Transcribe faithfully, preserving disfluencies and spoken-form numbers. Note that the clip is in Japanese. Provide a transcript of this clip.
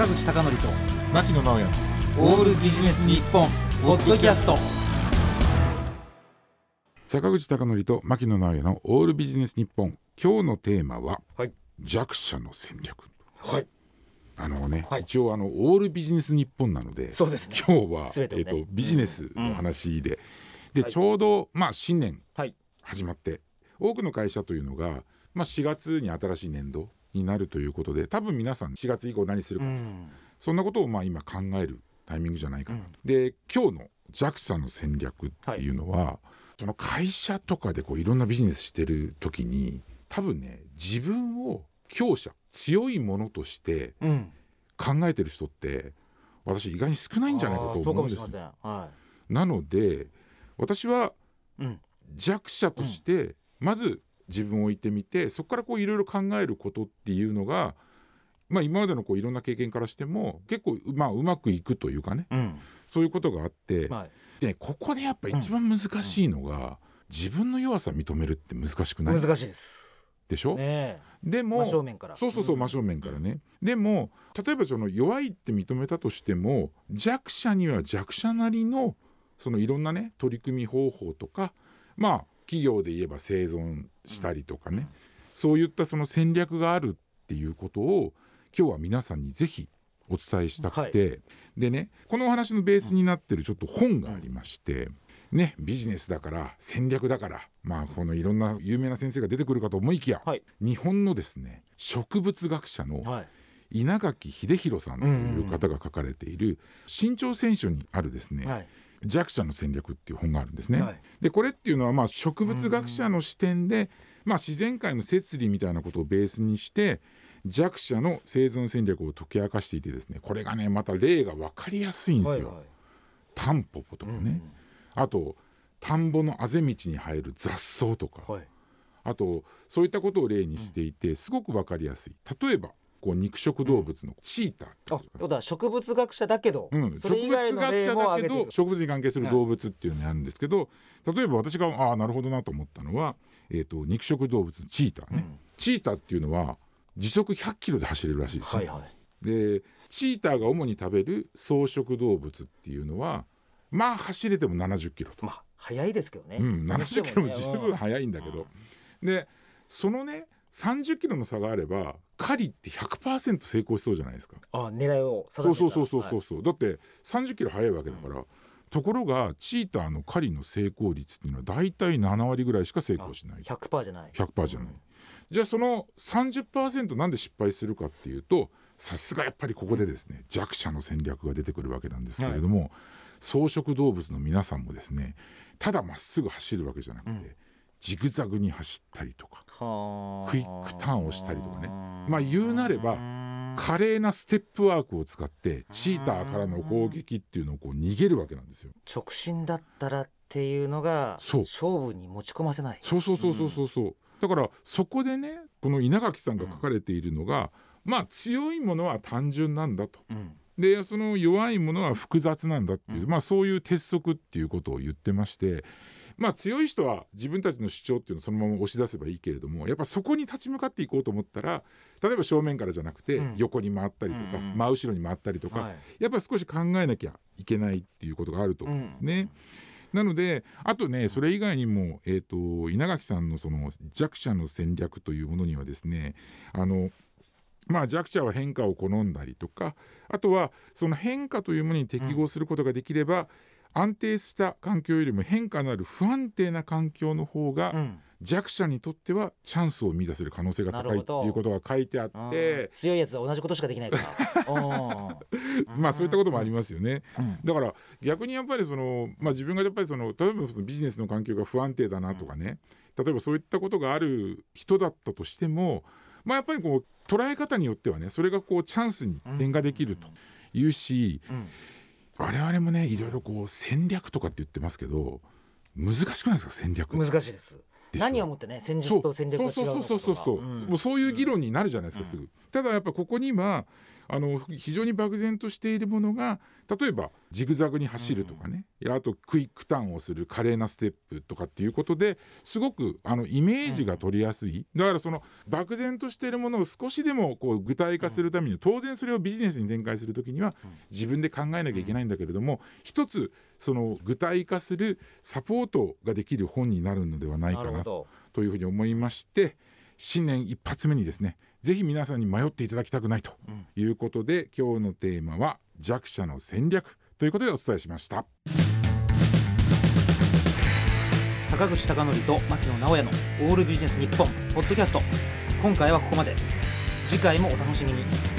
坂口孝則と牧野直哉オールビジネス日本ポッドキャスト。 坂口孝則と牧野直哉のオールビジネス日本。今日のテーマは、 はい、 弱者の戦略。 はい、 あのね、 はい、 一応あのオールビジネス日本なので、 そうですね、 今日は、 全てをね、 えーと、ビジネスの話で、うん、で、 はい、 ちょうど、まあ、新年はい始まって、多くの会社というのが、まあ、しがつに新しい年度になるということで、多分皆さんしがつ以降何するか、うん、そんなことをまあ今考えるタイミングじゃないかなと、うん、で今日の弱者の戦略っていうのは、はい、その会社とかでこういろんなビジネスしてる時に多分ね、自分を強者強いものとして考えてる人って、私意外に少ないんじゃないかと思うんです。 そうかもしれません、はい、 なので私は弱者としてまず自分を置いてみて、そこからこういろいろ考えることっていうのが、まあ、今までのこういろんな経験からしても結構、まあ、うまくいくというかね、うん、そういうことがあって、はい、でここでやっぱ一番難しいのが、うん、自分の弱さ認めるって難しくない？ 難しいですでしょ、 ね、 でも真正面から、 そうそうそう、真正面からね、うん、でも例えばその弱いって認めたとしても、弱者には弱者なりのそのいろんなね取り組み方法とか、まあ企業で言えば生存したりとかね、うん、そういったその戦略があるっていうことを今日は皆さんにぜひお伝えしたくて、はい、でね、このお話のベースになってるちょっと本がありまして、うん、ね、ビジネスだから戦略だから、まあこのいろんな有名な先生が出てくるかと思いきや、はい、日本のですね植物学者の稲垣秀弘さんという方が書かれている新潮選書にあるですね、はい、弱者の戦略っていう本があるんですね、はい、でこれっていうのはまあ植物学者の視点で、まあ、自然界の摂理みたいなことをベースにして弱者の生存戦略を解き明かしていてですね、これがねまた例が分かりやすいんですよ、はいはい、タンポポとかね、うんうん、あと田んぼのあぜ道に生える雑草とか、はい、あとそういったことを例にしていてすごく分かりやすい。例えばこう肉食動物のチーター、 うん、あ、だ植物学者だけど、うん、それ以外の例も挙げてる。 植物学者だけど植物に関係する動物っていうのがあるんですけど、はい、例えば私がああなるほどなと思ったのは、えーと、肉食動物チーターね、うん、チーターっていうのは時速ひゃっキロで走れるらしいですね、はいはい、でチーターが主に食べる草食動物っていうのはまあ走れてもななじゅっキロと、 まあ速いですけどね、 うん、ななじゅっキロも十分速いんだけど、うん、でそのねさんじゅっキロの差があれば狩りって ひゃくパーセント 成功しそうじゃないですか。 あ、狙いを定めた。 そうそうそうそうそう、はい、だってさんじゅっキロ速いわけだから、うん、ところがチーターの狩りの成功率っていうのはだいたいななわりぐらいしか成功しない。 ひゃくパーセント じゃないひゃくパーセント じゃない、うん、じゃあその さんじゅっパーセント なんで失敗するかっていうと、さすがやっぱりここでですね弱者の戦略が出てくるわけなんですけれども、はい、草食動物の皆さんもですねただまっすぐ走るわけじゃなくて、うん、ジグザグに走ったりとかクイックターンをしたりとかね、まあ言うなれば華麗なステップワークを使ってチーターからの攻撃っていうのをこう逃げるわけなんですよ。 直進だったらっていうのが勝負に持ち込ませない。 そうそうそうそうそうそう、うん、だからそこでねこの稲垣さんが書かれているのが、うん、まあ強いものは単純なんだと、うん、でその弱いものは複雑なんだっていう、うん、まあそういう鉄則っていうことを言ってまして、まあ強い人は自分たちの主張っていうのをそのまま押し出せばいいけれども、やっぱそこに立ち向かっていこうと思ったら、例えば正面からじゃなくて横に回ったりとか、うん、真後ろに回ったりとか、はい、やっぱり少し考えなきゃいけないっていうことがあると思うんですね、うん、なのであとねそれ以外にも、えーと、稲垣さんのその弱者の戦略というものにはですね、あのまあ、弱者は変化を好んだりとか、あとはその変化というものに適合することができれば、うん、安定した環境よりも変化のある不安定な環境の方が、うん、弱者にとってはチャンスを見出せる可能性が高いっていうことが書いてあって、 強いやつは同じことしかできないからまあそういったこともありますよね、うん、だから逆にやっぱりその、まあ、自分がやっぱりその例えばそのビジネスの環境が不安定だなとかね、うん、例えばそういったことがある人だったとしても、まあ、やっぱりこう捉え方によってはねそれがこうチャンスに変化できるというし、うんうん、我々もねいろいろこう戦略とかって言ってますけど難しくないですか？戦略難しいです。何をもってね戦術と戦略が違うのかとか、 そうそうそうそうそう、うん、もうそういう議論になるじゃないですか、すぐ、うん、ただやっぱここにはあの非常に漠然としているものが、例えばジグザグに走るとかね、うん、あとクイックターンをする華麗なステップとかっていうことですごくあのイメージが取りやすい、だからその漠然としているものを少しでもこう具体化するために、当然それをビジネスに展開するときには自分で考えなきゃいけないんだけれども、一つその具体化するサポートができる本になるのではないかなというふうに思いまして、新年一発目にですね、ぜひ皆さんに迷っていただきたくないということで、うん、今日のテーマは弱者の戦略ということでお伝えしました。 坂口孝則と牧野直哉のオールビジネス日本ポッドキャスト、今回はここまで。次回もお楽しみに。